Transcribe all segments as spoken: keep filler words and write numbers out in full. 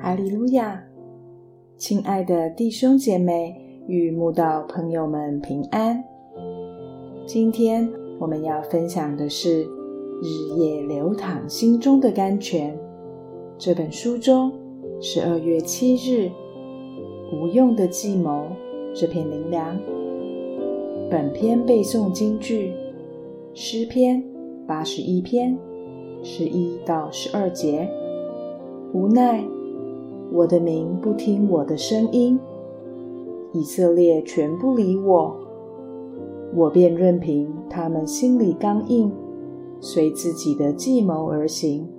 哈利路亚！亲爱的弟兄姐妹与慕道朋友们平安。今天我们要分享的是《日夜流淌心中的甘泉》这本书中十二月七日无用的计谋这篇灵粮。本篇背诵金句诗篇八十一篇十一到十二节。无奈我的民不听我的声音，以色列全不理我，我便任凭他们心里刚硬，随自己的计谋而行。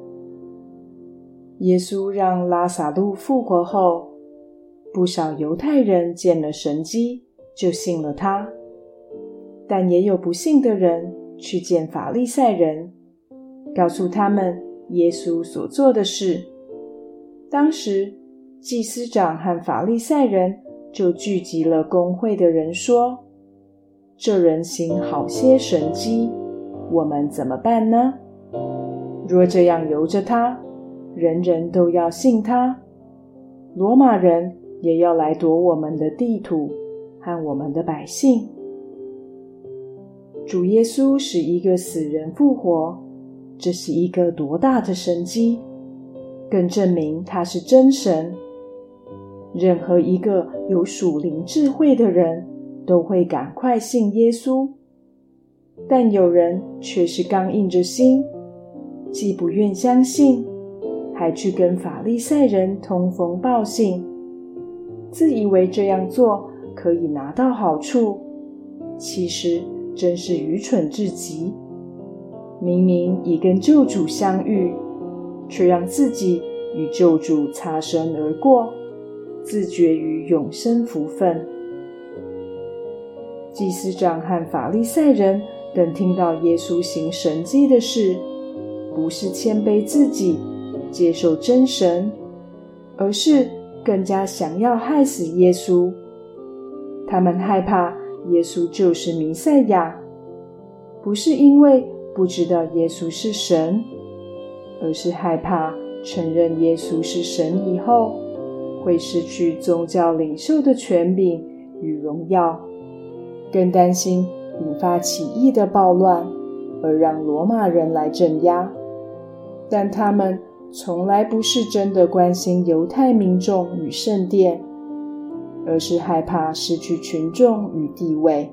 耶稣让拉撒路复活后，不少犹太人见了神迹就信了他，但也有不信的人去见法利赛人，告诉他们耶稣所做的事。当时祭司长和法利赛人就聚集了公会的人说，这人行好些神迹，我们怎么办呢？若这样由着他，人人都要信他，罗马人也要来夺我们的地土和我们的百姓。主耶稣使一个死人复活，这是一个多大的神迹，更证明他是真神。任何一个有属灵智慧的人都会赶快信耶稣，但有人却是刚硬着心，既不愿相信，还去跟法利赛人通风报信，自以为这样做可以拿到好处，其实真是愚蠢至极。明明已跟救主相遇，却让自己与救主擦身而过，自绝于永生福分。祭司长和法利赛人等听到耶稣行神迹的事，不是谦卑自己接受真神，而是更加想要害死耶稣。他们害怕耶稣就是弥赛亚，不是因为不知道耶稣是神，而是害怕承认耶稣是神以后，会失去宗教领袖的权柄与荣耀，更担心引发起义的暴乱，而让罗马人来镇压。但他们从来不是真的关心犹太民众与圣殿，而是害怕失去群众与地位。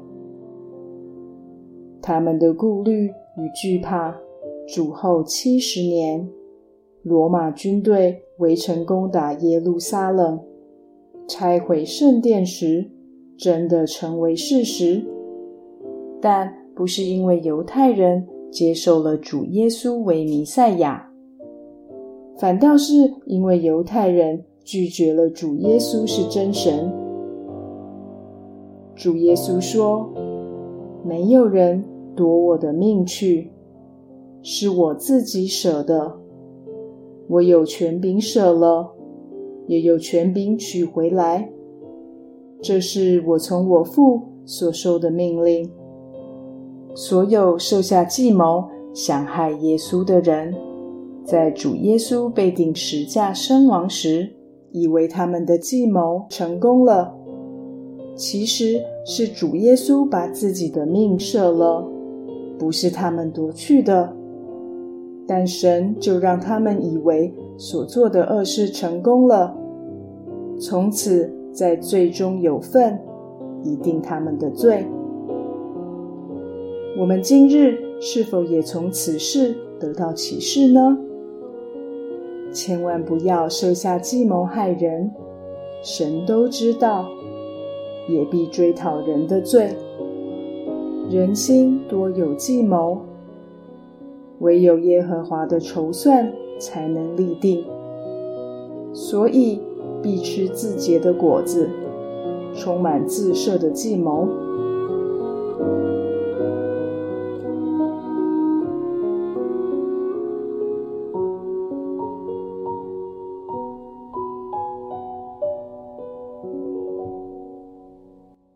他们的顾虑与惧怕，主后七十年，罗马军队围城攻打耶路撒冷，拆毁圣殿时，真的成为事实。但不是因为犹太人接受了主耶稣为弥赛亚，反倒是因为犹太人拒绝了主耶稣是真神。主耶稣说，没有人夺我的命去，是我自己舍的。我有权柄舍了，也有权柄取回来。这是我从我父所受的命令。所有设下计谋想害耶稣的人，在主耶稣被钉十架身亡时，以为他们的计谋成功了，其实是主耶稣把自己的命舍了，不是他们夺去的。但神就让他们以为所做的恶事成功了，从此在罪中有份，以定他们的罪。我们今日是否也从此事得到启示呢？千万不要设下计谋害人，神都知道，也必追讨人的罪。人心多有计谋，唯有耶和华的筹算才能立定，所以必吃自结的果子，充满自设的计谋。